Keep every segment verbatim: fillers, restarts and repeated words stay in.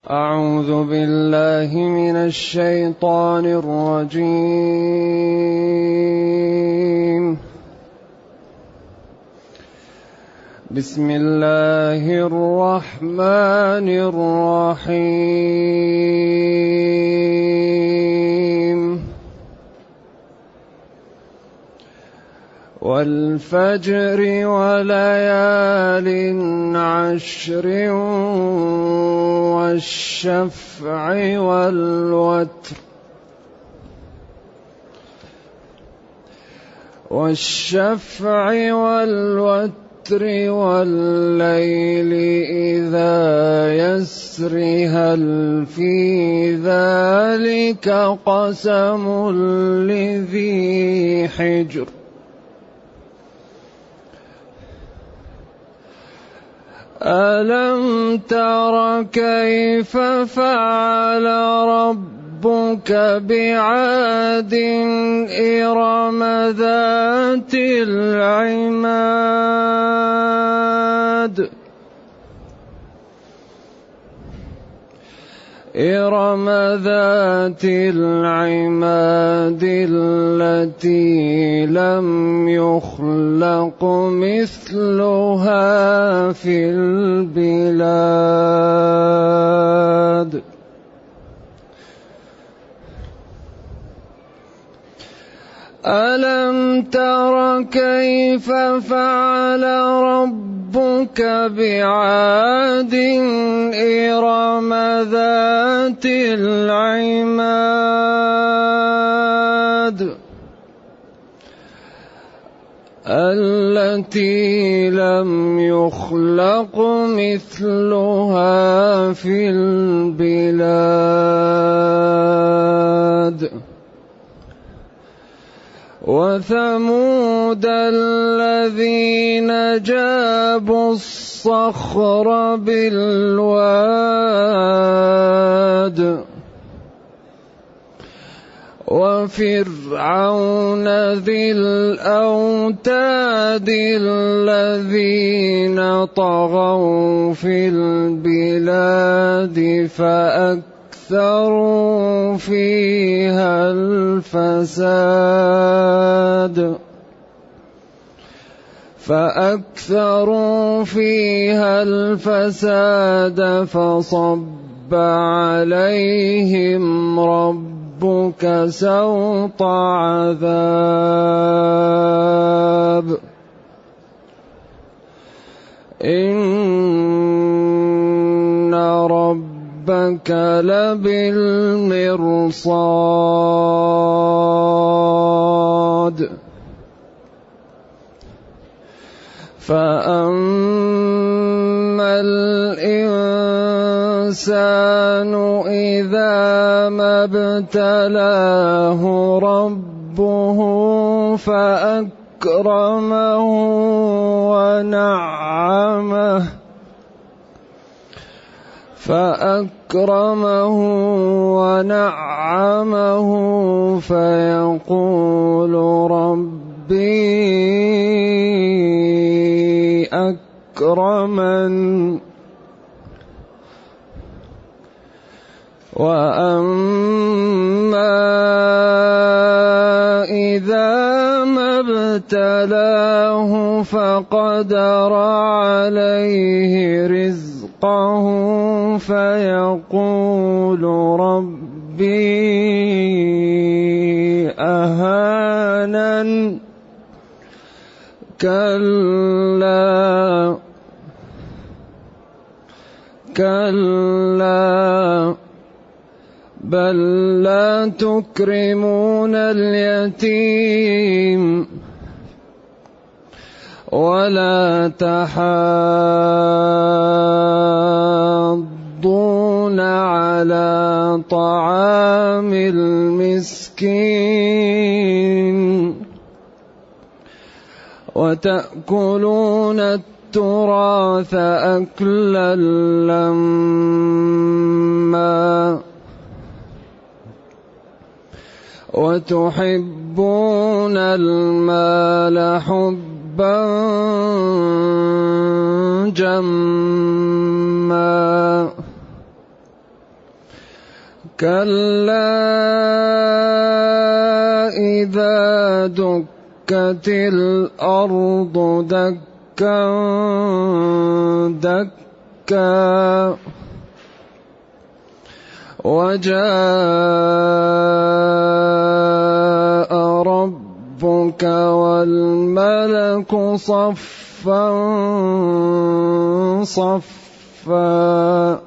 أعوذ بالله من الشيطان الرجيم. بسم الله الرحمن الرحيم. والفجر وليال عشر والشفع والوتر والشفع والوتر والليل إذا يسر هل في ذلك قسم لذي حجر ألم تر كيف فعل ربك بعاد إرم ذات العماد إرم ذات العماد التي لم يخلق مثلها في البلاد ألم تر كيف فعل ربك بعاد إرم ذات العماد التي لم يخلق مثلها في البلاد وثمود الذين جابوا الصخر بالواد وفرعون ذي الأوتاد الذين طغوا في البلاد فأكثروا فيها الفساد فأكثروا فيها الفساد فصب عليهم ربك سوط عذاب إن ربك لبالمرصاد فأما الإنسان إذا ما ابتلاه ربه فأكرمه ونعمه فأكرمه ونعمه فيقول ربي أكرمن وأما إذا ما ابتلاه فقدر عليه رزقه فيقول ربي أهانن كلا كلا بل لا تكرمون اليتيم ولا تحاضون على طعام المسكين وتأكلون التراث أكلا لما وتحبون المال حبا جما كلا إذا دكت الأرض دكا دكا وجاء ربك والملك صفا صفا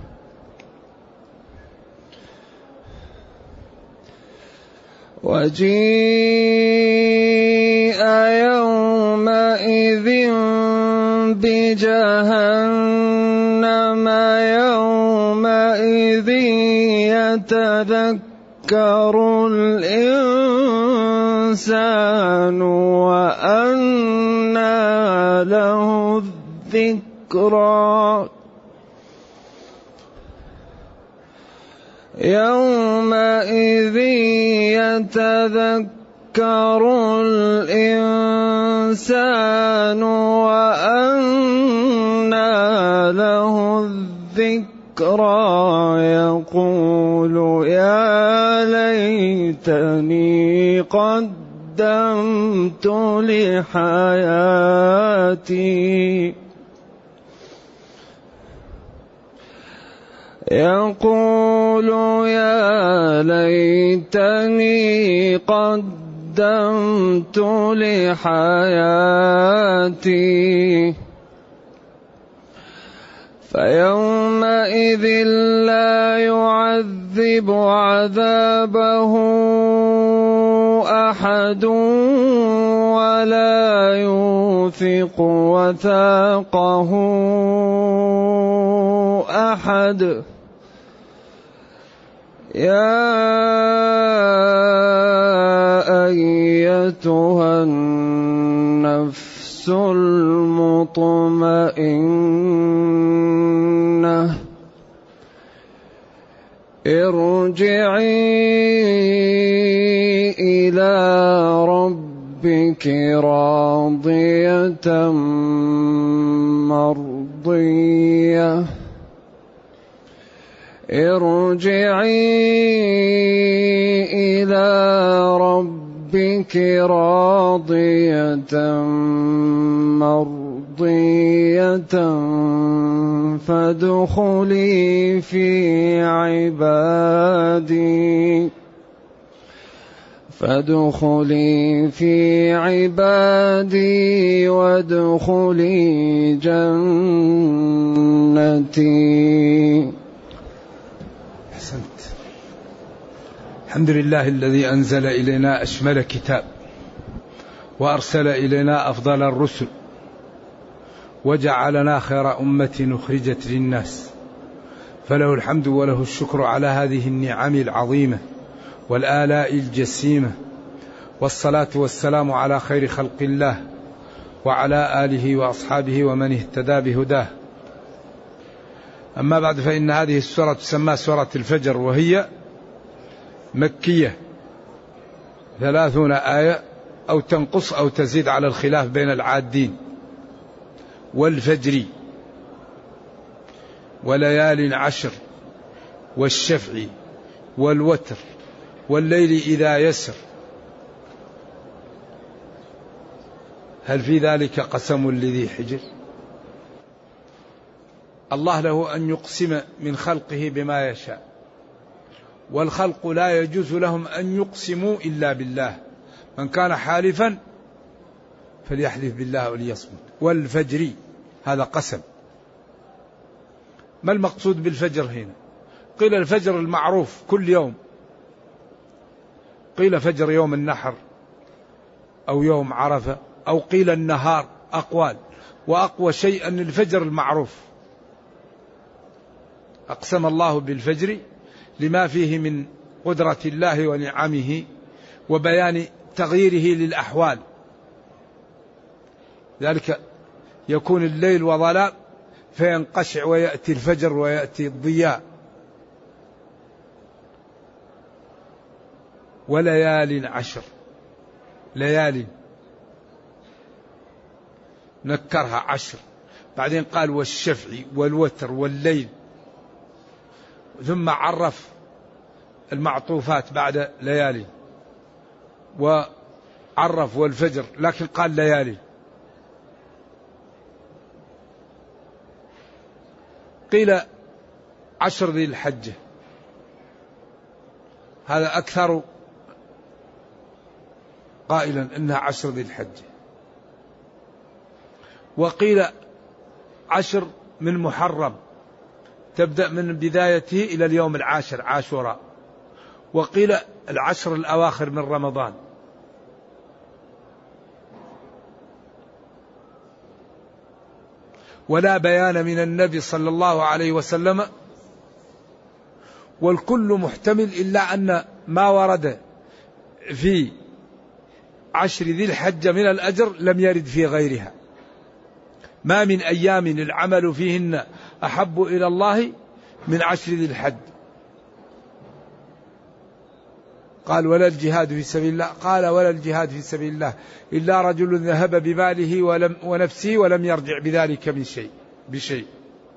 وجيء يومئذ بجهنم يومئذ يتذكر الإنسان وأنى له الذكرى يومئذ يتذكر الإنسان وأنى له الذكرى يقول يا ليتني قدمت لحياتي يقول يا ليتني قدمت لحياتي فيومئذ لا يعذب عذابه أحد ولا يوثق وثاقه أحد يا أيتها النفس المطمئنة ارجعي إلى ربك راضية مرضية ارجعي إلى ربك راضية مرضية فادخلي في عبادي فادخلي في عبادي وادخلي جنتي. أحسنت. الحمد لله الذي أنزل إلينا أشمل كتاب وأرسل إلينا أفضل الرسل وجعلنا خير أمة أخرجت للناس، فله الحمد وله الشكر على هذه النعم العظيمة والآلاء الجسيمة، والصلاة والسلام على خير خلق الله وعلى آله وأصحابه ومن اهتدى بهداه. أما بعد، فإن هذه السورة تسمى سورة الفجر، وهي مكية ثلاثون آية أو تنقص أو تزيد على الخلاف بين العادين. والفجر وليال عشر والشفع والوتر والليل إذا يسر هل في ذلك قسم لذي حجر؟ الله له أن يقسم من خلقه بما يشاء، والخلق لا يجوز لهم أن يقسموا إلا بالله. من كان حالفا فليحلف بالله وليصمت. والفجر هذا قسم. ما المقصود بالفجر هنا؟ قيل الفجر المعروف كل يوم، قيل فجر يوم النحر أو يوم عرفة، أو قيل النهار، أقوال، وأقوى شيء أن الفجر المعروف. أقسم الله بالفجر لما فيه من قدرة الله ونعمه وبيان تغييره للأحوال، ذلك يكون الليل وظلام فينقشع ويأتي الفجر ويأتي الضياء. وليال عشر، ليال نكرها عشر، بعدين قال والشفع والوتر والليل، ثم عرف المعطوفات بعد ليالي، وعرف والفجر لكن قال ليالي. قيل عشر ذي الحجة، هذا أكثر قائلا إنها عشر ذي الحجة. وقيل عشر من محرم، تبدأ من بدايته إلى اليوم العاشر عاشوراء. وقيل العشر الأواخر من رمضان. ولا بيان من النبي صلى الله عليه وسلم، والكل محتمل، إلا أن ما ورد في عشر ذي الحجة من الأجر لم يرد في غيرها. ما من أيام العمل فيهن أحب إلى الله من عشر ذي الحج. قال ولا الجهاد في سبيل الله، قال ولا الجهاد في سبيل الله إلا رجل ذهب بماله ولم ونفسه ولم يرجع بذلك من شيء بشيء.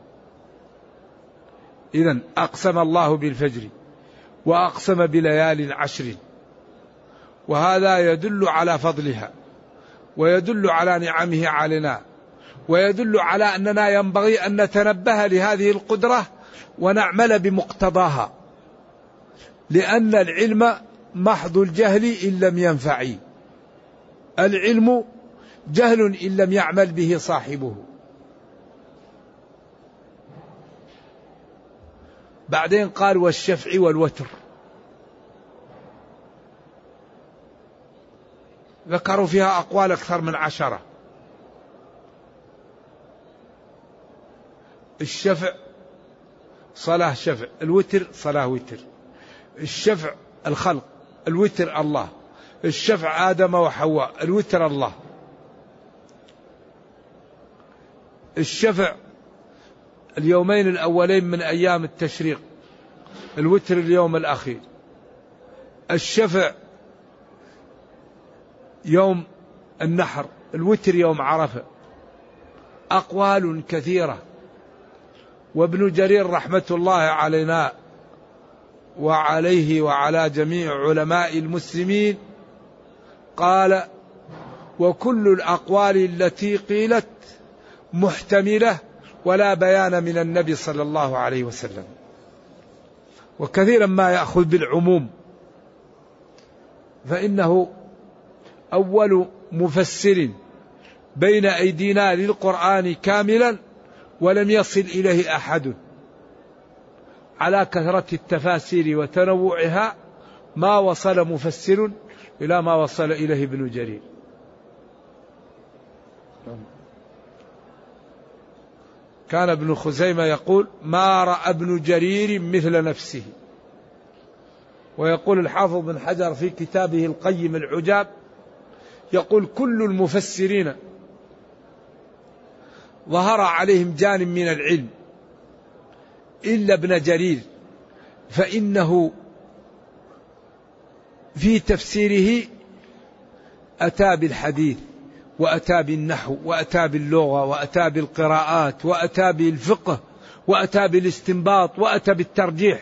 إذن أقسم الله بالفجر وأقسم بليال عشر، وهذا يدل على فضلها ويدل على نعمه علينا، ويدل على أننا ينبغي أن نتنبه لهذه القدرة ونعمل بمقتضاها، لأن العلم محض الجهل إن لم ينفع. العلم جهل إن لم يعمل به صاحبه. بعدين قال والشفع والوتر، ذكروا فيها أقوال أكثر من عشرة. الشفع صلاة شفع، الوتر صلاة وتر. الشفع الخلق، الوتر الله. الشفع آدم وحواء، الوتر الله. الشفع اليومين الأولين من أيام التشريق، الوتر اليوم الأخير. الشفع يوم النحر، الوتر يوم عرفة. أقوال كثيرة. وابن جرير رحمة الله علينا وعليه وعلى جميع علماء المسلمين قال وكل الأقوال التي قيلت محتملة ولا بيان من النبي صلى الله عليه وسلم. وكثيرا ما يأخذ بالعموم، فإنه أول مفسر بين أيدينا للقرآن كاملا ولم يصل إليه أحد، على كثرة التفاسير وتنوعها ما وصل مفسر إلى ما وصل إليه ابن جرير. كان ابن خزيمة يقول ما رأى ابن جرير مثل نفسه. ويقول الحافظ بن حجر في كتابه القيم العجاب يقول كل المفسرين ظهر عليهم جانب من العلم إلا ابن جرير، فإنه في تفسيره أتى بالحديث وأتى بالنحو وأتى باللغة وأتى بالقراءات وأتى بالفقه وأتى بالاستنباط وأتى بالترجيح،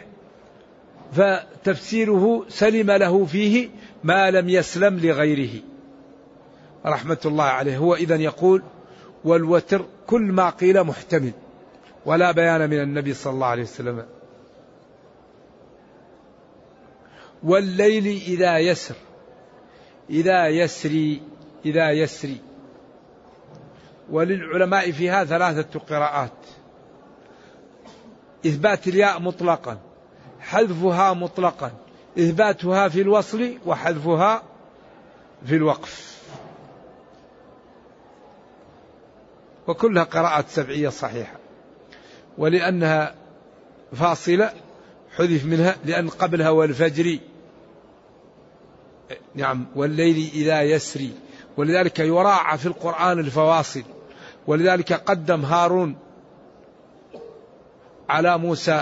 فتفسيره سلم له فيه ما لم يسلم لغيره رحمة الله عليه. هو إذن يقول والوتر كل ما قيل محتمل ولا بيان من النبي صلى الله عليه وسلم. والليل إذا يسر، إذا يسري، إذا يسري. وللعلماء فيها ثلاثة قراءات: إثبات الياء مطلقا، حذفها مطلقا، إثباتها في الوصل، وحذفها في الوقف. وكلها قراءات سبعية صحيحة، ولأنها فاصلة حذف منها، لأن قبلها والفجر، نعم، والليل إذا يسري. ولذلك يراعى في القرآن الفواصل، ولذلك قدم هارون على موسى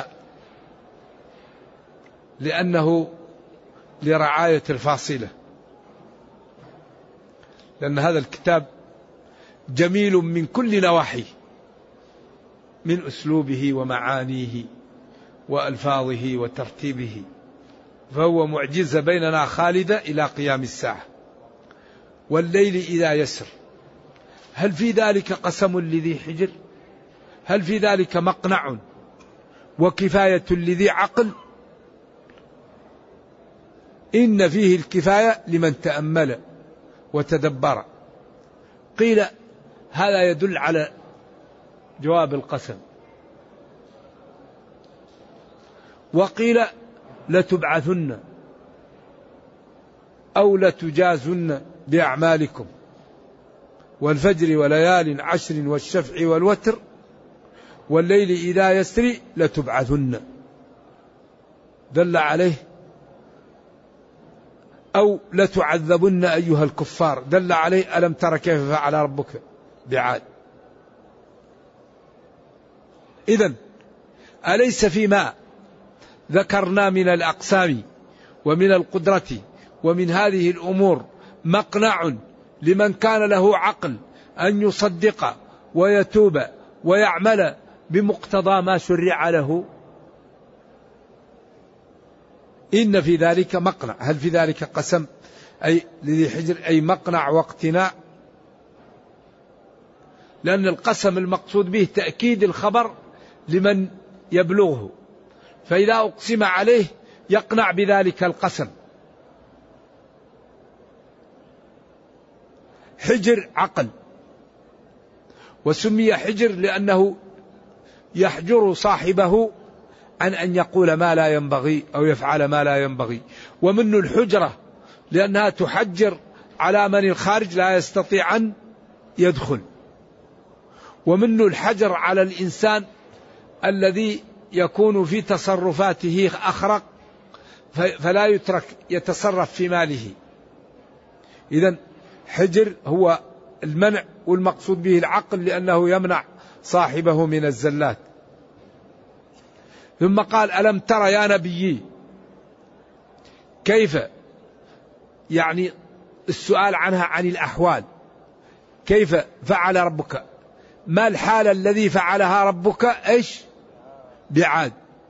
لأنه لرعاية الفاصلة، لأن هذا الكتاب جميل من كل نواحيه، من أسلوبه ومعانيه وألفاظه وترتيبه. فهو معجزة بيننا خالدة إلى قيام الساعة. والليل إذا يسر، هل في ذلك قسم لذي حجر؟ هل في ذلك مقنع وكفاية لذي عقل؟ إن فيه الكفاية لمن تأمل وتدبر. قيل هذا يدل على جواب القسم، وقيل لتبعثن أو لتجازن بأعمالكم، والفجر وليال عشر والشفع والوتر والليل إذا يسري لتبعثن، دل عليه. أو لتعذبن أيها الكفار، دل عليه ألم تر كيف فعل ربك بعاد. إذن أليس فيما ذكرنا من الأقسام ومن القدرة ومن هذه الأمور مقنع لمن كان له عقل أن يصدق ويتوب ويعمل بمقتضى ما شرع له؟ إن في ذلك مقنع. هل في ذلك قسم أي لذي حجر أي مقنع واقتناع؟ لأن القسم المقصود به تأكيد الخبر لمن يبلغه، فإذا أقسم عليه يقنع بذلك القسم. حجر عقل، وسمي حجر لأنه يحجر صاحبه عن أن يقول ما لا ينبغي أو يفعل ما لا ينبغي. ومن الحجرة لأنها تحجر على من الخارج لا يستطيع أن يدخل. ومن الحجر على الإنسان الذي يكون في تصرفاته أخرق فلا يترك يتصرف في ماله. إذن حجر هو المنع، والمقصود به العقل لأنه يمنع صاحبه من الزلات. ثم قال ألم ترى يا نبي كيف، يعني السؤال عنها عن الأحوال، كيف فعل ربك، ما الحالة الذي فعلها ربك إيش بعاد.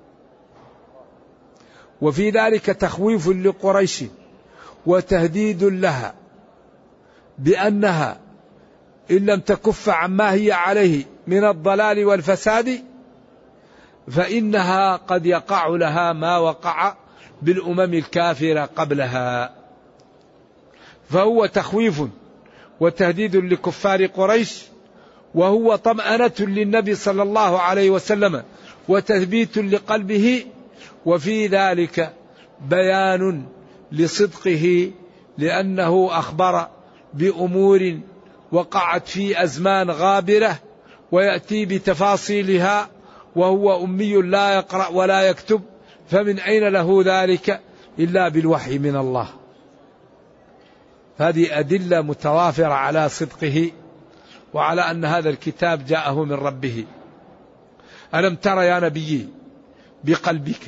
وفي ذلك تخويف لقريش وتهديد لها بأنها إن لم تكف عما هي عليه من الضلال والفساد فإنها قد يقع لها ما وقع بالأمم الكافرة قبلها. فهو تخويف وتهديد لكفار قريش، وهو طمأنة للنبي صلى الله عليه وسلم وتثبيت لقلبه، وفي ذلك بيان لصدقه لأنه أخبر بأمور وقعت في أزمان غابرة ويأتي بتفاصيلها، وهو أمي لا يقرأ ولا يكتب، فمن أين له ذلك إلا بالوحي من الله. هذه أدلة متوافرة على صدقه وعلى أن هذا الكتاب جاءه من ربه. ألم ترى يا نبي بقلبك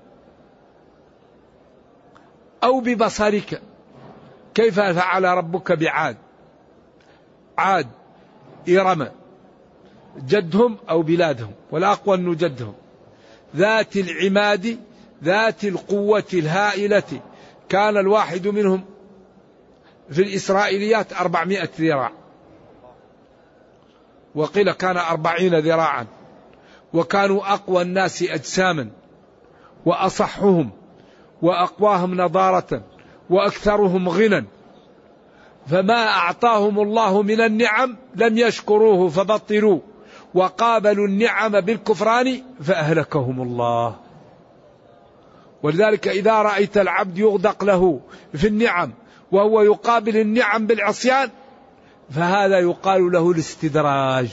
أو ببصرك كيف فعل ربك بعاد. عاد إرم جدهم أو بلادهم، والأقوى أنه جدهم، ذات العماد ذات القوة الهائلة، كان الواحد منهم في الإسرائيليات أربعمائة ذراع، وقيل كان أربعين ذراعا، وكانوا أقوى الناس أجساما وأصحهم وأقواهم نضارة وأكثرهم غنى، فما أعطاهم الله من النعم لم يشكروه فبطلوا وقابلوا النعم بالكفران فأهلكهم الله. ولذلك إذا رأيت العبد يغدق له في النعم وهو يقابل النعم بالعصيان فهذا يقال له الاستدراج.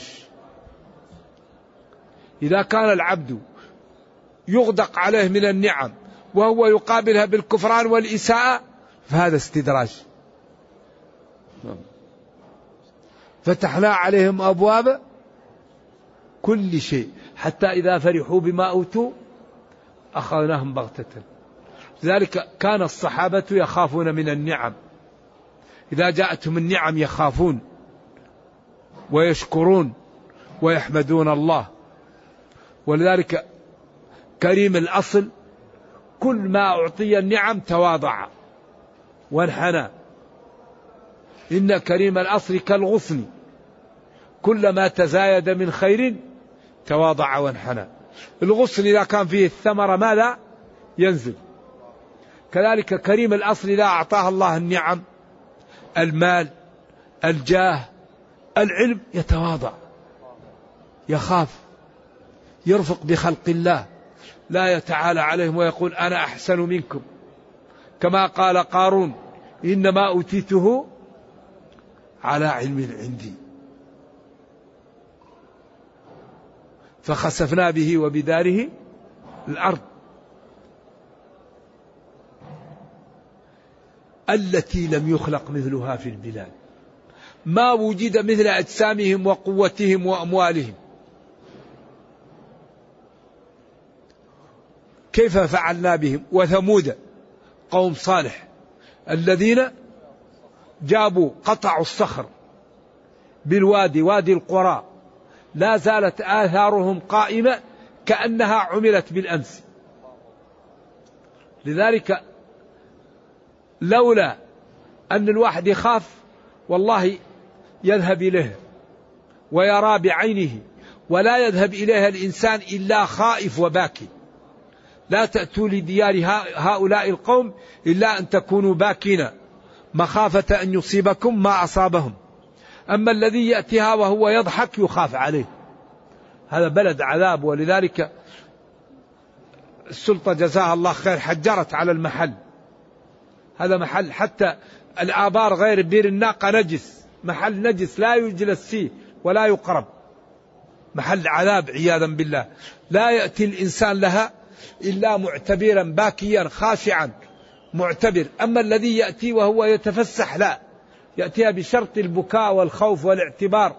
إذا كان العبد يغدق عليه من النعم وهو يقابلها بالكفران والإساءة فهذا استدراج. فتحنا عليهم أبواب كل شيء حتى إذا فرحوا بما أوتوا أخذناهم بغتة. لذلك كان الصحابة يخافون من النعم، إذا جاءتهم النعم يخافون ويشكرون ويحمدون الله. ولذلك كريم الأصل كل ما أعطي النعم تواضع وانحنى. إن كريم الأصل كالغصن كلما تزايد من خير تواضع وانحنى. الغصن إذا كان فيه الثمرة ماذا ينزل؟ كذلك كريم الأصل إذا أعطاه الله النعم، المال، الجاه، العلم، يتواضع، يخاف، يرفق بخلق الله، لا يتعالى عليهم ويقول أنا أحسن منكم، كما قال قارون إنما أوتيته على علم عندي فخسفنا به وبداره الأرض التي لم يخلق مثلها في البلاد، ما وجد مثل أجسامهم وقوتهم وأموالهم. كيف فعلنا بهم؟ وثمود قوم صالح الذين جابوا قطعوا الصخر بالوادي وادي القرى، لا زالت آثارهم قائمة كأنها عملت بالأمس. لذلك لولا أن الواحد يخاف والله يذهب إليه ويرى بعينه، ولا يذهب إليها الإنسان إلا خائف وباكي. لا تأتوا لديار هؤلاء القوم إلا أن تكونوا باكين مخافة أن يصيبكم ما أصابهم. أما الذي يأتيها وهو يضحك يخاف عليه، هذا بلد عذاب. ولذلك السلطة جزاها الله خير حجرت على المحل، هذا محل حتى الآبار غير بير الناقة نجس، محل نجس لا يجلس فيه ولا يقرب، محل عذاب عياذا بالله. لا يأتي الإنسان لها إلا معتبرا باكيا خاشعا معتبر. أما الذي يأتي وهو يتفسح لا، يأتيها بشرط البكاء والخوف والاعتبار.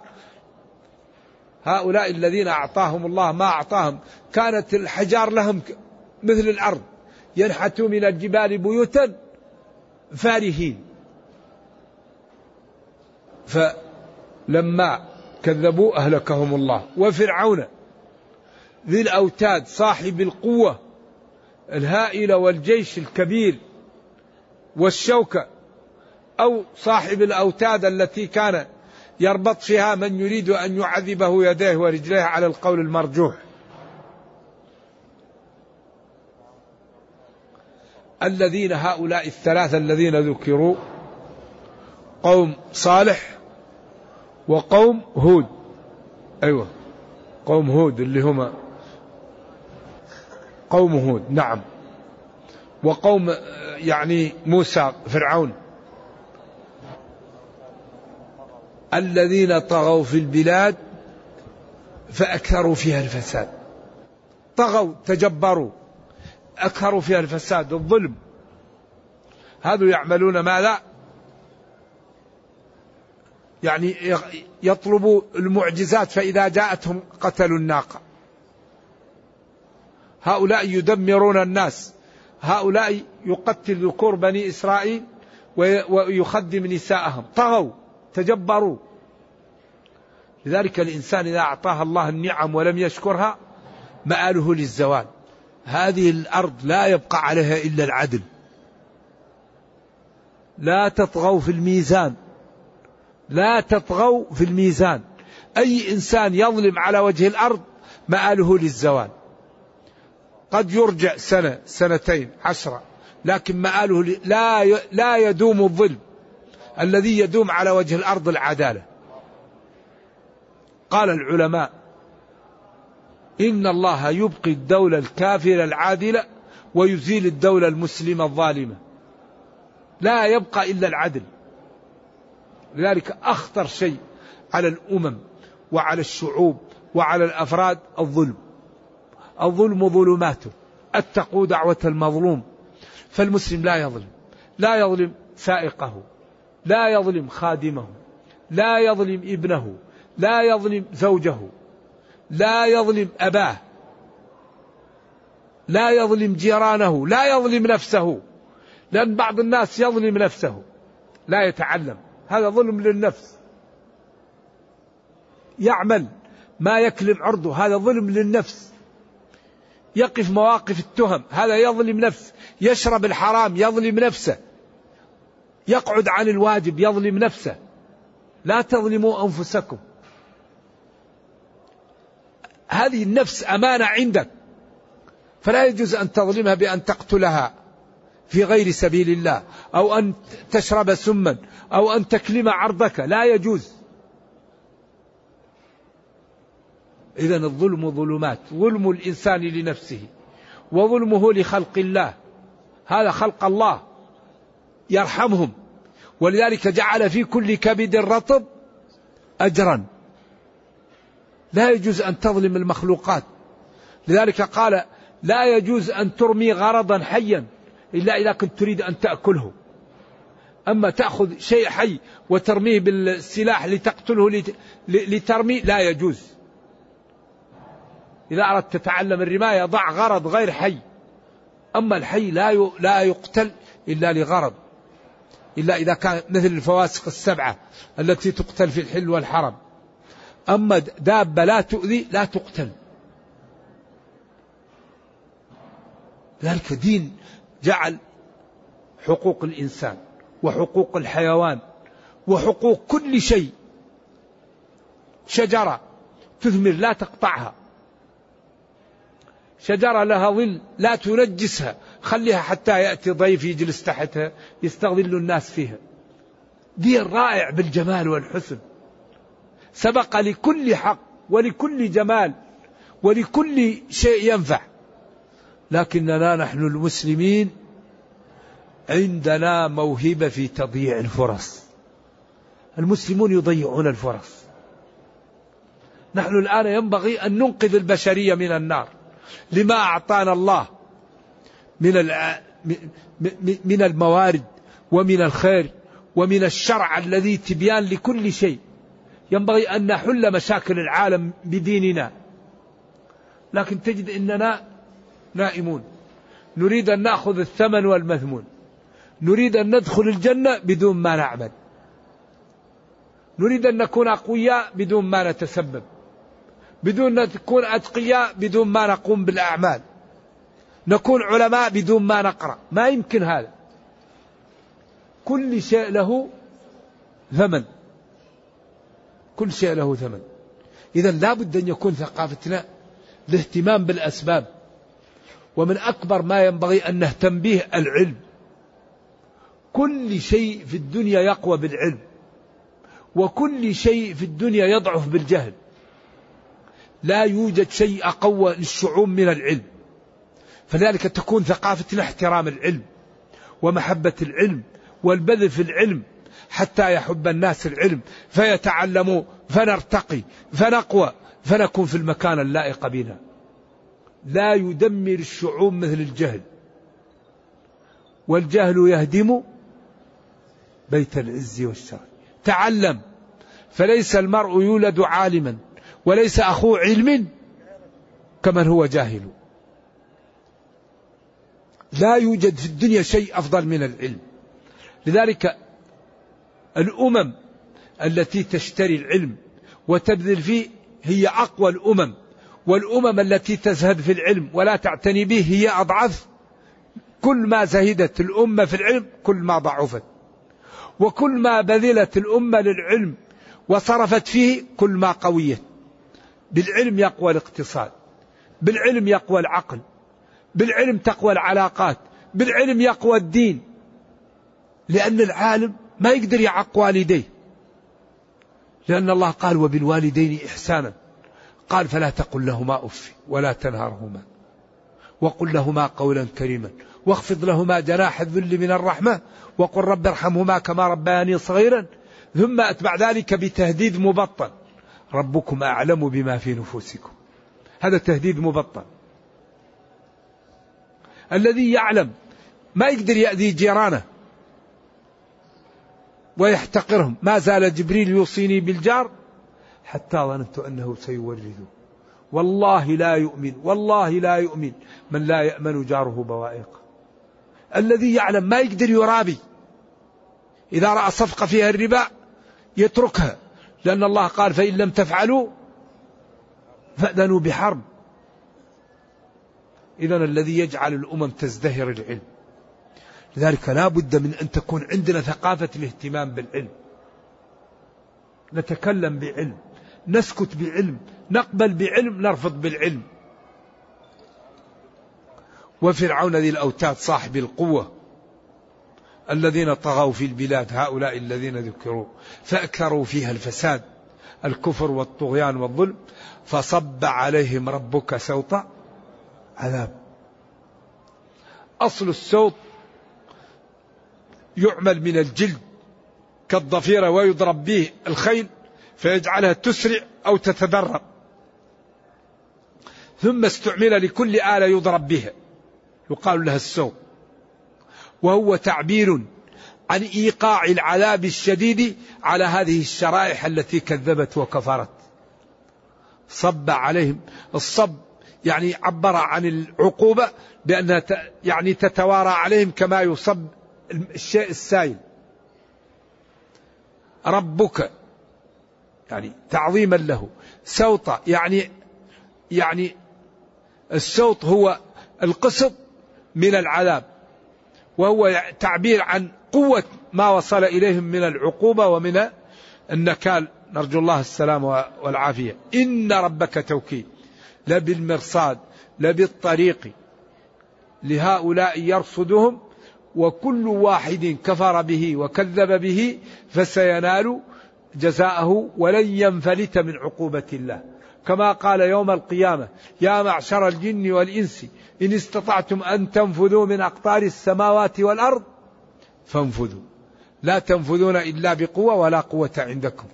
هؤلاء الذين أعطاهم الله ما أعطاهم، كانت الحجار لهم مثل الأرض، ينحتوا من الجبال بيوتا فارهين. فلما كذبوا أهلكهم الله. وفرعون ذي الأوتاد صاحب القوة الهائلة والجيش الكبير والشوكة، أو صاحب الأوتاد التي كان يربط فيها من يريد أن يعذبه يديه ورجليه على القول المرجوح. الذين هؤلاء الثلاثة الذين ذكروا قوم صالح وقوم هود، أيوة قوم هود اللي هما قوم هود نعم، وقوم يعني موسى فرعون، الذين طغوا في البلاد فأكثروا فيها الفساد. طغوا تجبروا أكثروا فيها الفساد والظلم. هذا يعملون ماذا؟ يعني يطلبوا المعجزات فإذا جاءتهم قتلوا الناقة. هؤلاء يدمرون الناس، هؤلاء يقتل ذكور بني إسرائيل ويخدم نساءهم. طغوا تجبروا. لذلك الإنسان إذا أعطاها الله النعم ولم يشكرها مآله للزوال. هذه الأرض لا يبقى عليها إلا العدل. لا تطغوا في الميزان، لا تطغوا في الميزان. أي إنسان يظلم على وجه الأرض مآله للزوال. قد يرجع سنة سنتين عشرة، لكن مآله لا لا يدوم الظلم. الذي يدوم على وجه الأرض العدالة. قال العلماء إن الله يبقي الدولة الكافرة العادلة ويزيل الدولة المسلمة الظالمة. لا يبقى إلا العدل. لذلك أخطر شيء على الأمم وعلى الشعوب وعلى الأفراد الظلم. الظلم ظلماته، اتقوا دعوة المظلوم. فالمسلم لا يظلم، لا يظلم سائقه، لا يظلم خادمه، لا يظلم ابنه، لا يظلم زوجه، لا يظلم أباه، لا يظلم جيرانه، لا يظلم نفسه. لأن بعض الناس يظلم نفسه لا يتعلم، هذا ظلم للنفس. يعمل ما يكلم عرضه، هذا ظلم للنفس. يقف مواقف التهم، هذا يظلم نفسه، يشرب الحرام يظلم نفسه، يقعد عن الواجب يظلم نفسه. لا تظلموا أنفسكم. هذه النفس أمانة عندك، فلا يجوز أن تظلمها بأن تقتلها في غير سبيل الله، أو أن تشرب سما، أو أن تكلم عرضك، لا يجوز. إذن الظلم ظلمات، ظلم الإنسان لنفسه وظلمه لخلق الله، هذا خلق الله يرحمهم، ولذلك جعل في كل كبد رطب أجرا. لا يجوز أن تظلم المخلوقات. لذلك قال لا يجوز أن ترمي غرضا حيا إلا إذا كنت تريد أن تأكله. أما تأخذ شيء حي وترميه بالسلاح لتقتله لترمي، لا يجوز. إذا أردت تتعلم الرماية ضع غرض غير حي. أما الحي لا لا يقتل إلا لغرض، إلا إذا كان مثل الفواسق السبعة التي تقتل في الحل والحرم. أما دابة لا تؤذي لا تقتل. ذلك دين جعل حقوق الإنسان وحقوق الحيوان وحقوق كل شيء. شجرة تثمر لا تقطعها، شجرة لها ظل لا تنجسها، خليها حتى يأتي ضيف يجلس تحتها يستظل الناس فيها. دين رائع بالجمال والحسن، سبق لكل حق ولكل جمال ولكل شيء ينفع. لكننا نحن المسلمين عندنا موهبة في تضييع الفرص. المسلمون يضيعون الفرص. نحن الآن ينبغي أن ننقذ البشرية من النار لما أعطانا الله من من الموارد ومن الخير ومن الشرع الذي تبيان لكل شيء. ينبغي أن نحل مشاكل العالم بديننا، لكن تجد أننا نائمون. نريد أن نأخذ الثمن والمثمون، نريد أن ندخل الجنة بدون ما نعمل، نريد أن نكون أقوياء بدون ما نتسبب، بدون أن نكون أتقياء بدون ما نقوم بالأعمال، نكون علماء بدون ما نقرأ. ما يمكن هذا. كل شيء له ثمن، كل شيء له ثمن. إذا لا بد أن يكون ثقافتنا الاهتمام بالأسباب. ومن أكبر ما ينبغي أن نهتم به العلم. كل شيء في الدنيا يقوى بالعلم، وكل شيء في الدنيا يضعف بالجهل. لا يوجد شيء أقوى للشعوب من العلم. فلذلك تكون ثقافتنا احترام العلم ومحبة العلم والبذل في العلم، حتى يحب الناس العلم فيتعلموا فنرتقي فنقوى فنكون في المكان اللائق بنا. لا يدمر الشعوب مثل الجهل، والجهل يهدم بيت العز والشرف. تعلم، فليس المرء يولد عالما وليس أخوه علم كمن هو جاهل. لا يوجد في الدنيا شيء أفضل من العلم. لذلك الأمم التي تشتري العلم وتبذل فيه هي أقوى الأمم، والأمم التي تزهد في العلم ولا تعتني به هي أضعف. كل ما زهدت الأمة في العلم كل ما ضعفت، وكل ما بذلت الأمة للعلم وصرفت فيه كل ما قويت. بالعلم يقوى الاقتصاد، بالعلم يقوى العقل، بالعلم تقوى العلاقات، بالعلم يقوى الدين. لأن العالم ما يقدر يعق والديه، لأن الله قال وبالوالدين إحسانا. قال فلا تقل لهما أف ولا تنهرهما وقل لهما قولا كريما واخفض لهما جناح الذل من الرحمة وقل رب ارحمهما كما ربياني صغيرا. ثم أتبع ذلك بتهديد مبطن ربكم أعلم بما في نفوسكم. هذا تهديد مبطن. الذي يعلم ما يقدر يأذي جيرانه ويحتقرهم. ما زال جبريل يوصيني بالجار حتى ظننت أنه سيورثه. والله لا يؤمن، والله لا يؤمن من لا يأمن جاره بوائقه. الذي يعلم ما يقدر يرابي، إذا رأى صفقة فيها الربا يتركها، لأن الله قال فإن لم تفعلوا فأذنوا بحرب. إذن الذي يجعل الأمم تزدهر العلم. لذلك لا بد من أن تكون عندنا ثقافة الاهتمام بالعلم، نتكلم بعلم، نسكت بعلم، نقبل بعلم، نرفض بالعلم. وفرعون ذي الأوتاد صاحب القوة الذين طغوا في البلاد، هؤلاء الذين ذكروا فأكثروا فيها الفساد، الكفر والطغيان والظلم، فصب عليهم ربك سوط عذاب. أصل السوط يعمل من الجلد كالضفيرة ويضرب به الخيل فيجعلها تسرع أو تتدرب، ثم استعمل لكل آلة يضرب بها يقال لها السوط، وهو تعبير عن إيقاع العذاب الشديد على هذه الشرائح التي كذبت وكفرت. صب عليهم، الصب يعني عبر عن العقوبة بأنها يعني تتوارى عليهم كما يصب الشيء السائل. ربك يعني تعظيما له، سوط يعني يعني السوط هو القسط من العذاب، وهو تعبير عن قوة ما وصل إليهم من العقوبة ومن النكال، نرجو الله السلام والعافية. إن ربك توكيد لبالمرصاد لبالطريق لهؤلاء يرصدهم، وكل واحد كفر به وكذب به فسينال جزاءه ولن ينفلت من عقوبة الله، كما قال يوم القيامة يا معشر الجن والإنس إن استطعتم أن تنفذوا من أقطار السماوات والأرض فانفذوا لا تنفذون إلا بقوة ولا قوة عندكم.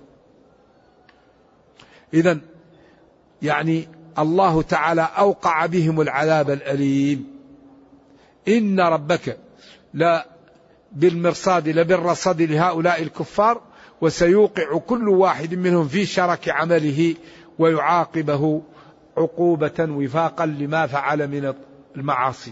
إذن يعني الله تعالى أوقع بهم العذاب الأليم. إن ربك لا بالمرصاد لبالرصد لهؤلاء الكفار، وسيوقع كل واحد منهم في شرك عمله ويعاقبه عقوبة وفاقا لما فعل من المعاصي.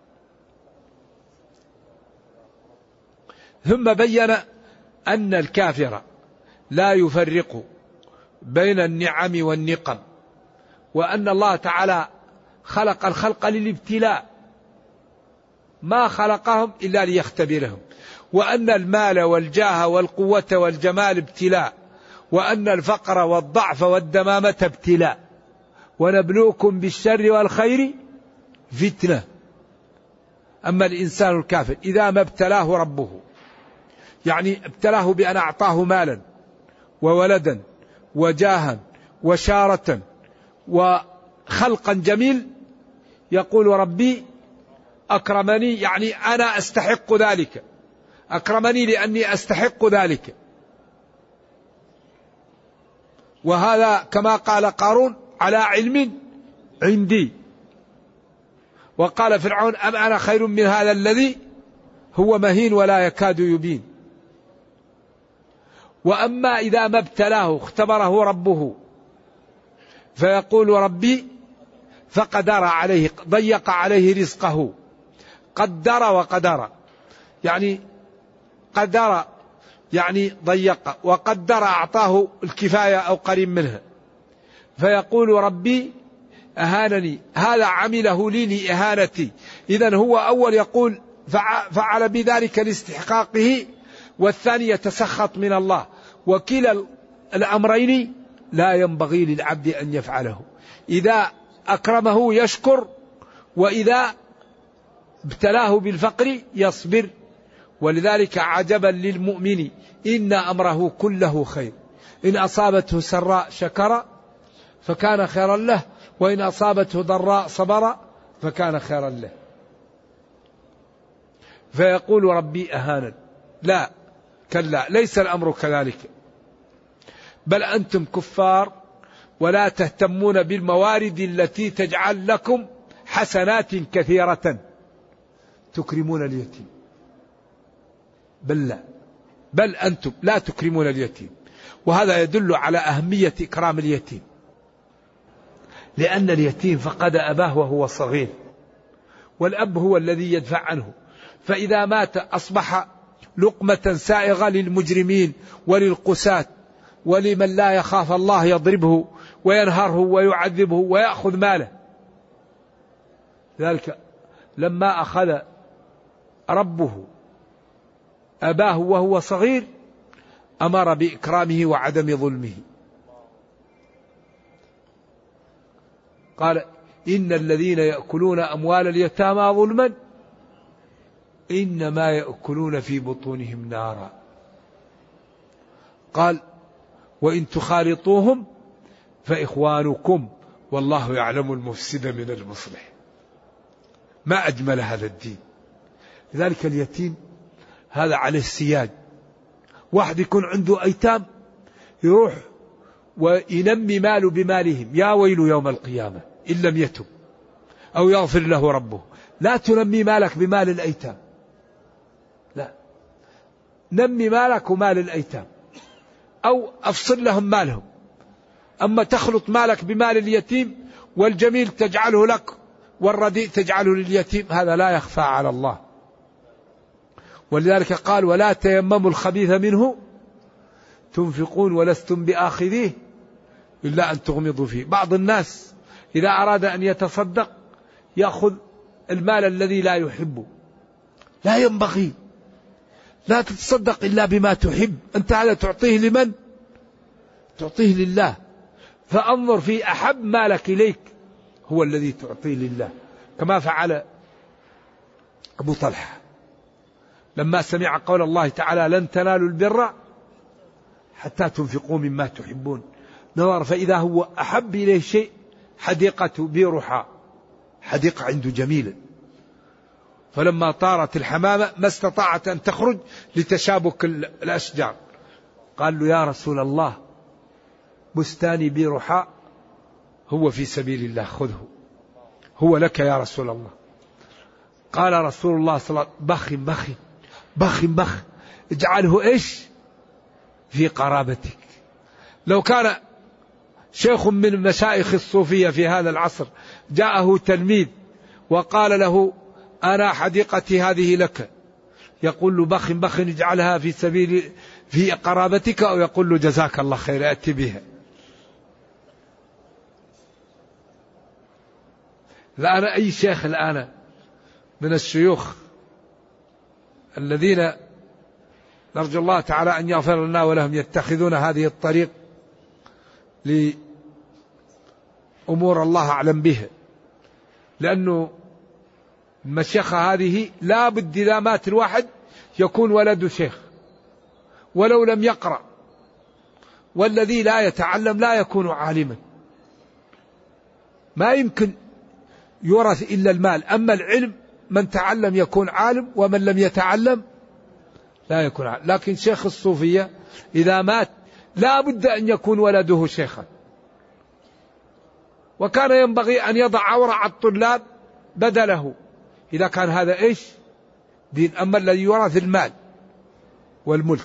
ثم بين أن الكافر لا يفرق بين النعم والنقم، وأن الله تعالى خلق الخلق للابتلاء، ما خلقهم إلا ليختبرهم، وأن المال والجاه والقوة والجمال ابتلاء، وأن الفقر والضعف والدمامة ابتلاء، ونبلوكم بالشر والخير فتنة. أما الإنسان الكافر إذا ما ابتلاه ربه، يعني ابتلاه بأن أعطاه مالا وولدا وجاها وشارة وخلقا جميل، يقول ربي أكرمني، يعني أنا أستحق ذلك، أكرمني لأني أستحق ذلك. وهذا كما قال قارون على علم عندي. وقال فرعون أم أنا خير من هذا الذي هو مهين ولا يكاد يبين. وأما إذا ما ابتلاه اختبره ربه فيقول ربي فقدر عليه، ضيق عليه رزقه، قدر وقدر، يعني قدر يعني ضيق، وقدر أعطاه الكفاية أو قريب منها، فيقول ربي أهانني، هذا عمله لي لإهانتي. إذن هو أول يقول فعل بذلك لاستحقاقه، والثاني يتسخط من الله، وكلا الأمرين لا ينبغي للعبد أن يفعله. إذا أكرمه يشكر، وإذا ابتلاه بالفقر يصبر. ولذلك عجبا للمؤمن إن أمره كله خير، إن أصابته سراء شكر فكان خيرا له، وإن أصابته ضراء صبر فكان خيرا له. فيقول ربي أهانا، لا كلا، ليس الأمر كذلك، بل أنتم كفار ولا تهتمون بالموارد التي تجعل لكم حسنات كثيرة تكرمون اليتيم. بل لا، بل أنتم لا تكرمون اليتيم. وهذا يدل على أهمية إكرام اليتيم، لأن اليتيم فقد أباه وهو صغير، والأب هو الذي يدفع عنه، فإذا مات أصبح لقمة سائغة للمجرمين وللقساة ولمن لا يخاف الله يضربه وينهره ويعذبه ويأخذ ماله. ذلك لما أخذ ربه أباه وهو صغير أمر بإكرامه وعدم ظلمه. قال إن الذين يأكلون أموال اليتامى ظلما إنما يأكلون في بطونهم نارا. قال وإن تخالطوهم فإخوانكم والله يعلم المفسد من المصلح. ما أجمل هذا الدين. لذلك اليتيم هذا عليه السياج. واحد يكون عنده أيتام يروح وينمي ماله بمالهم، يا ويل يوم القيامة إن لم يتب أو يغفر له ربه. لا تنمي مالك بمال الأيتام، لا، نمي مالك ومال الأيتام أو أفصل لهم مالهم. أما تخلط مالك بمال اليتيم والجميل تجعله لك والرديء تجعله لليتيم، هذا لا يخفى على الله. ولذلك قال ولا تيمموا الخبيث منه تنفقون ولستم بآخذيه إلا أن تغمضوا فيه. بعض الناس إذا أراد أن يتصدق يأخذ المال الذي لا يحبه. لا ينبغي، لا تتصدق إلا بما تحب. أنت هذا تعطيه لمن؟ تعطيه لله. فأنظر في أحب مالك إليك هو الذي تعطيه لله، كما فعل أبو طلحة لما سمع قول الله تعالى لن تنالوا البر حتى تنفقوا مما تحبون. نظر فإذا هو أحب إليه شيء حديقة بيرحاء، حديقة عنده جميلة، فلما طارت الحمامة ما استطاعت أن تخرج لتشابك الأشجار. قال له يا رسول الله بستاني بيرحاء هو في سبيل الله، خذه، هو لك يا رسول الله. قال رسول الله صلى الله عليه وسلم بخ بخ بخ بخ اجعله إيش في قرابتك. لو كان شيخ من مشايخ الصوفية في هذا العصر جاءه تلميذ وقال له أنا حديقتي هذه لك، يقول له بخ بخ اجعلها في سبيل في قرابتك، أو يقول له جزاك الله خير أتي بها. الآن أي شيخ الآن من الشيوخ الذين نرجو الله تعالى أن يغفر لنا ولهم يتخذون هذه الطريق لأمور الله أعلم بها، لأنه المشيخة هذه لا بد إذا مات الواحد يكون ولده شيخ ولو لم يقرأ، والذي لا يتعلم لا يكون عالما. ما يمكن يورث إلا المال، أما العلم من تعلم يكون عالم ومن لم يتعلم لا يكون عالم. لكن شيخ الصوفية إذا مات لا بد أن يكون ولده شيخا، وكان ينبغي أن يضع أورع الطلاب بدله إذا كان هذا إيش دين. أما الذي يورث المال والملك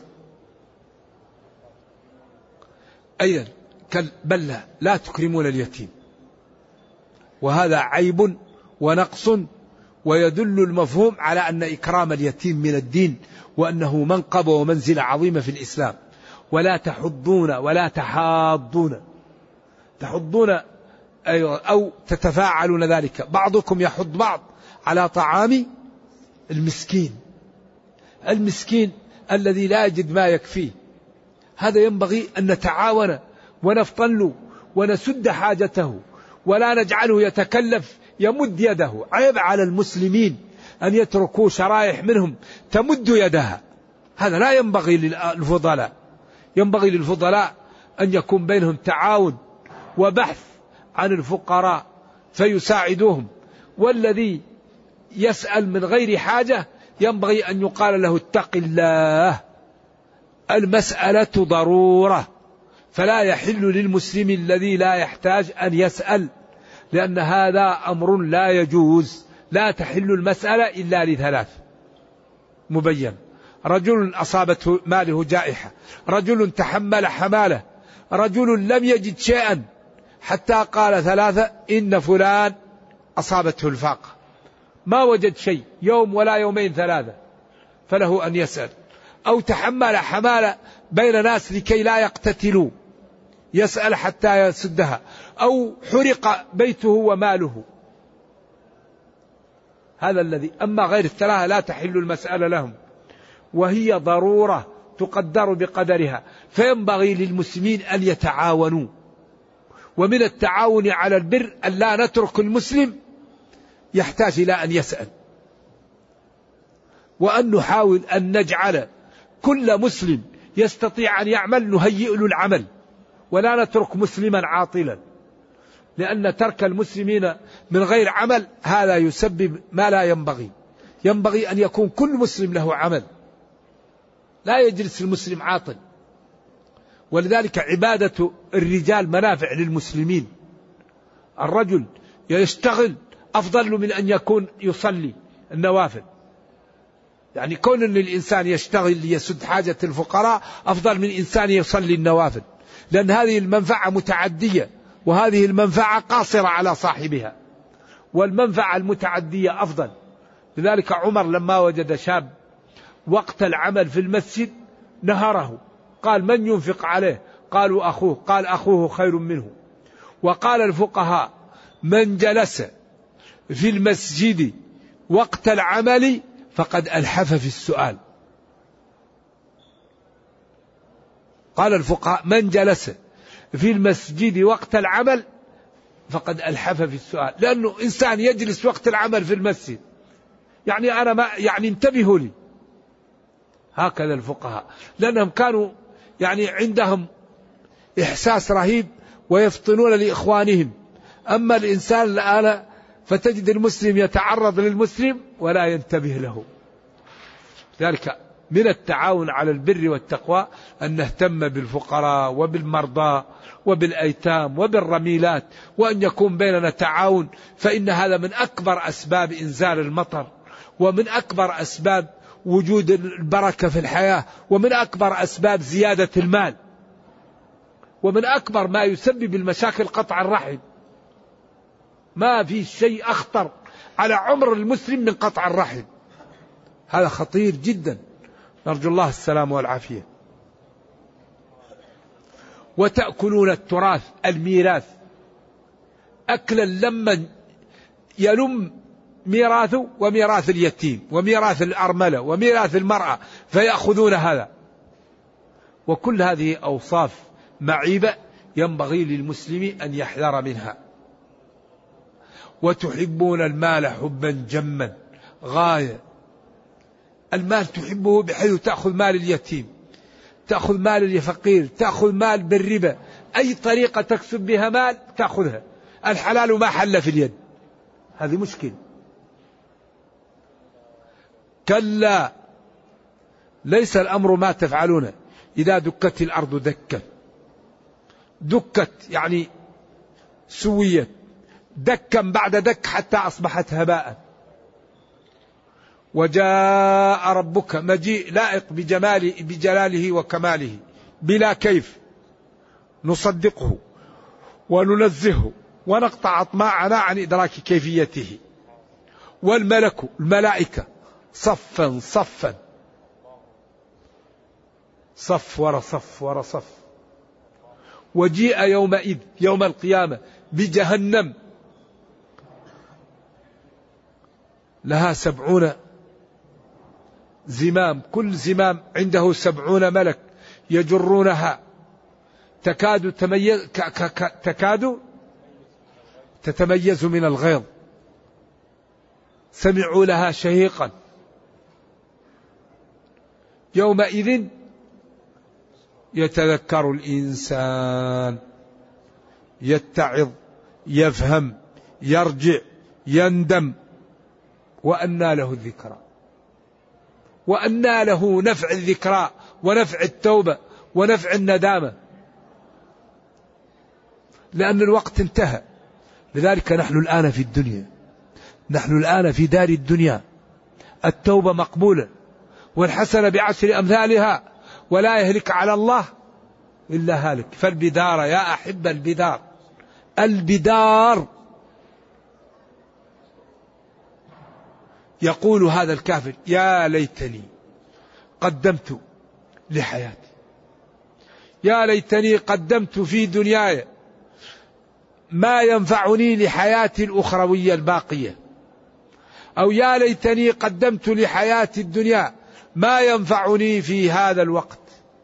أيضا بل لا, لا تكرمون اليتيم، وهذا عيب ونقص، ويدل المفهوم على أن إكرام اليتيم من الدين، وأنه منقبة ومنزلة عظيمة في الإسلام. ولا تحضون ولا تحاضون، تحضون أيضا أو تتفاعلون ذلك، بعضكم يحض بعض على طعام المسكين. المسكين الذي لا يجد ما يكفيه، هذا ينبغي أن نتعاون ونفطن له ونسد حاجته، ولا نجعله يتكلف يمد يده. عيب على المسلمين أن يتركوا شرائح منهم تمد يدها، هذا لا ينبغي للفضلاء. ينبغي للفضلاء أن يكون بينهم تعاون وبحث عن الفقراء فيساعدوهم، والذي يسأل من غير حاجة ينبغي أن يقال له اتق الله. المسألة ضرورة، فلا يحل للمسلم الذي لا يحتاج أن يسأل، لأن هذا أمر لا يجوز. لا تحل المسألة إلا لثلاث مبين: رجل أصابته ماله جائحة، رجل تحمل حماله، رجل لم يجد شيئا حتى قال ثلاثة إن فلان أصابته الفاقة، ما وجد شيء يوم ولا يومين ثلاثة، فله أن يسأل. أو تحمل حمالة بين ناس لكي لا يقتتلوا، يسأل حتى يسدها. أو حرق بيته وماله، هذا الذي، أما غير الثلاثة لا تحل المسألة لهم، وهي ضرورة تقدر بقدرها. فينبغي للمسلمين أن يتعاونوا، ومن التعاون على البر أن لا نترك المسلم يحتاج إلى أن يسأل، وأن نحاول أن نجعل كل مسلم يستطيع أن يعمل نهيئ له العمل، ولا نترك مسلما عاطلا، لأن ترك المسلمين من غير عمل هذا يسبب ما لا ينبغي. ينبغي أن يكون كل مسلم له عمل، لا يجلس المسلم عاطل. ولذلك عبادة الرجال منافع للمسلمين. الرجل يشتغل أفضل من أن يكون يصلي النوافل، يعني كون أن الإنسان يشتغل ليسد حاجة الفقراء أفضل من إنسان يصلي النوافل، لأن هذه المنفعة متعدية، وهذه المنفعة قاصرة على صاحبها، والمنفعة المتعدية أفضل. لذلك عمر لما وجد شاب وقت العمل في المسجد نهره، قال من ينفق عليه؟ قالوا أخوه، قال أخوه خير منه. وقال الفقهاء من جلس في المسجد وقت العمل فقد ألحف في السؤال. قال الفقهاء من جلس في المسجد وقت العمل فقد ألحف في السؤال، لأنه إنسان يجلس وقت العمل في المسجد يعني أنا ما يعني انتبهوا لي. هكذا الفقهاء، لأنهم كانوا يعني عندهم إحساس رهيب ويفطنون لإخوانهم. أما الإنسان الآن فتجد المسلم يتعرض للمسلم ولا ينتبه له. ذلك من التعاون على البر والتقوى أن نهتم بالفقراء وبالمرضى وبالأيتام وبالرميلات، وأن يكون بيننا تعاون، فإن هذا من أكبر أسباب إنزال المطر، ومن أكبر أسباب وجود البركة في الحياة، ومن أكبر أسباب زيادة المال، ومن أكبر ما يسبب المشاكل قطع الرحم. ما في شيء أخطر على عمر المسلم من قطع الرحم، هذا خطير جدا، نرجو الله السلام والعافية. وتأكلون التراث الميراث أكلا لما يلم ميراثه وميراث اليتيم وميراث الأرملة وميراث المرأة فيأخذون هذا. وكل هذه أوصاف معيبة ينبغي للمسلم أن يحذر منها. وتحبون المال حبا جما غاية، المال تحبه بحيث تأخذ مال اليتيم، تأخذ مال الفقير، تأخذ مال بالربا، أي طريقة تكسب بها مال تأخذها. الحلال ما حل في اليد، هذه مشكلة. كلا ليس الأمر ما تفعلونه. إذا دكت الأرض دكا، دكت يعني سويت، دكا بعد دك حتى أصبحت هباء. وجاء ربك مجيء لائق بجماله بجلاله وكماله بلا كيف، نصدقه وننزهه ونقطع أطماعنا عن إدراك كيفيته. والملك الملائكة صفا صفا، صف ورا صف ورا صف. وجيء يومئذ يوم القيامة بجهنم لها سبعون زمام، كل زمام عنده سبعون ملك يجرونها، تكاد تميز تكاد تتميز من الغيظ، سمعوا لها شهيقا. يومئذ يتذكر الإنسان، يتعظ، يفهم، يرجع، يندم، وأنى له الذكرى، وأنى له نفع الذكرى ونفع التوبة ونفع الندامة، لأن الوقت انتهى. لذلك نحن الآن في الدنيا، نحن الآن في دار الدنيا، التوبة مقبولة والحسنة بعشر أمثالها، ولا يهلك على الله إلا هالك. فالبدار يا أحب البدار، البدار. يقول هذا الكافر يا ليتني قدمت لحياتي، يا ليتني قدمت في دنياي ما ينفعني لحياتي الأخروية الباقية. أو يا ليتني قدمت لحياتي الدنيا ما ينفعني في هذا الوقت.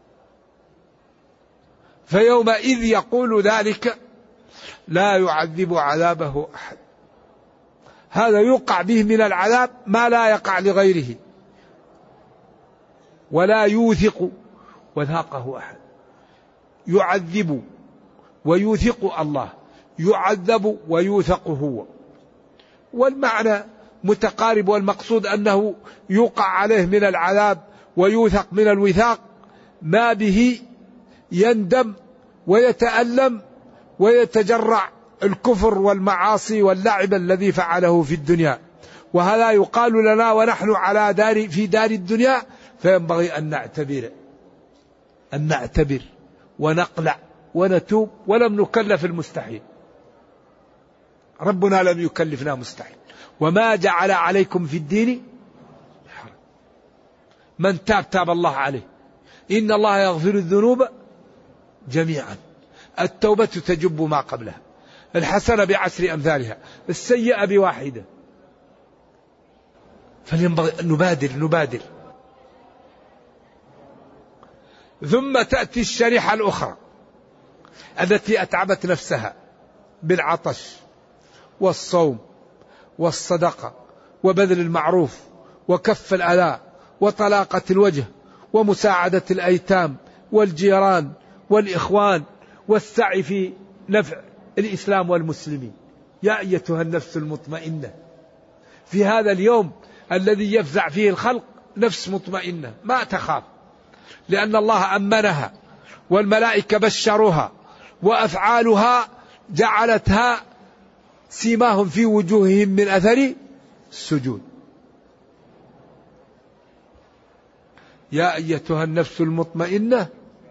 فيومئذ يقول ذلك لا يعذب عذابه أحد. هذا يوقع به من العذاب ما لا يقع لغيره، ولا يوثق وثاقه أحد. يعذب ويوثق الله، يعذب ويوثق هو، والمعنى متقارب، والمقصود أنه يوقع عليه من العذاب ويوثق من الوثاق ما به يندم ويتألم ويتجرع الكفر والمعاصي واللعب الذي فعله في الدنيا. وهذا يقال لنا ونحن على دار في دار الدنيا، فينبغي أن نعتبر أن نعتبر ونقلع ونتوب، ولم نكلف المستحيل. ربنا لم يكلفنا مستحيل، وما جعل عليكم في الدين حرج. من تاب تاب الله عليه. إن الله يغفر الذنوب جميعا. التوبة تجب ما قبلها، الحسنة بعشر أمثالها، السيئة بواحدة. فلينبغي أن نبادر نبادر. ثم تأتي الشريحة الأخرى التي أتعبت نفسها بالعطش والصوم والصدقة وبذل المعروف وكف الأذى وطلاقة الوجه ومساعدة الأيتام والجيران والإخوان والسعي في نفع الإسلام والمسلمين. يا أيتها النفس المطمئنة، في هذا اليوم الذي يفزع فيه الخلق نفس مطمئنة ما تخاف، لأن الله أمنها والملائكة بشروها، وأفعالها جعلتها سيماهم في وجوههم من أثر السجود. يا أيتها النفس المطمئنة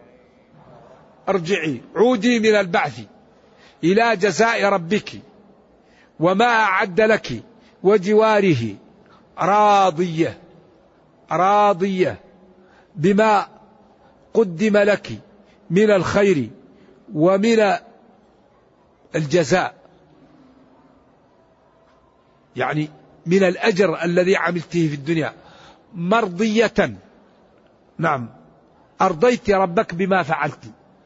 ارجعي، عودي من البعث إلى جزاء ربك وما أعد لك وجواره، راضية راضية بما قدم لك من الخير ومن الجزاء، يعني من الأجر الذي عملته في الدنيا، مرضية. نعم، أرضيت ربك بما فعلت،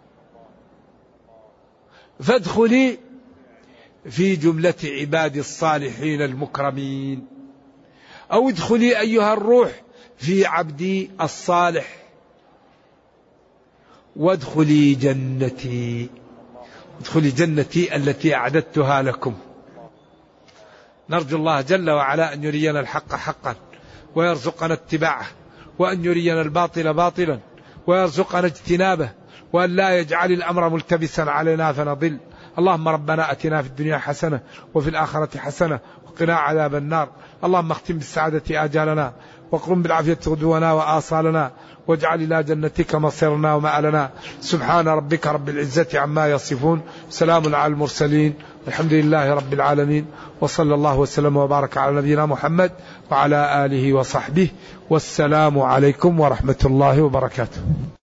فادخلي في جملة عباد الصالحين المكرمين، أو ادخلي أيها الروح في عبدي الصالح، وادخلي جنتي، ادخلي جنتي التي أعددتها لكم. نرجو الله جل وعلا أن يرينا الحق حقا ويرزقنا اتباعه، وأن يرينا الباطل باطلا ويرزقنا اجتنابه، وأن لا يجعل الأمر ملتبسا علينا فنضل. اللهم ربنا أتنا في الدنيا حسنة وفي الآخرة حسنة وقنا عذاب النار. اللهم اختم بالسعادة آجالنا، وقرم بالعافية غدونا وآصالنا، واجعل إلى جنتك مصيرنا ومآلنا. سبحان ربك رب العزة عما يصفون، سلام على المرسلين، الحمد لله رب العالمين، وصلى الله وسلم وبارك على نبينا محمد وعلى آله وصحبه، والسلام عليكم ورحمة الله وبركاته.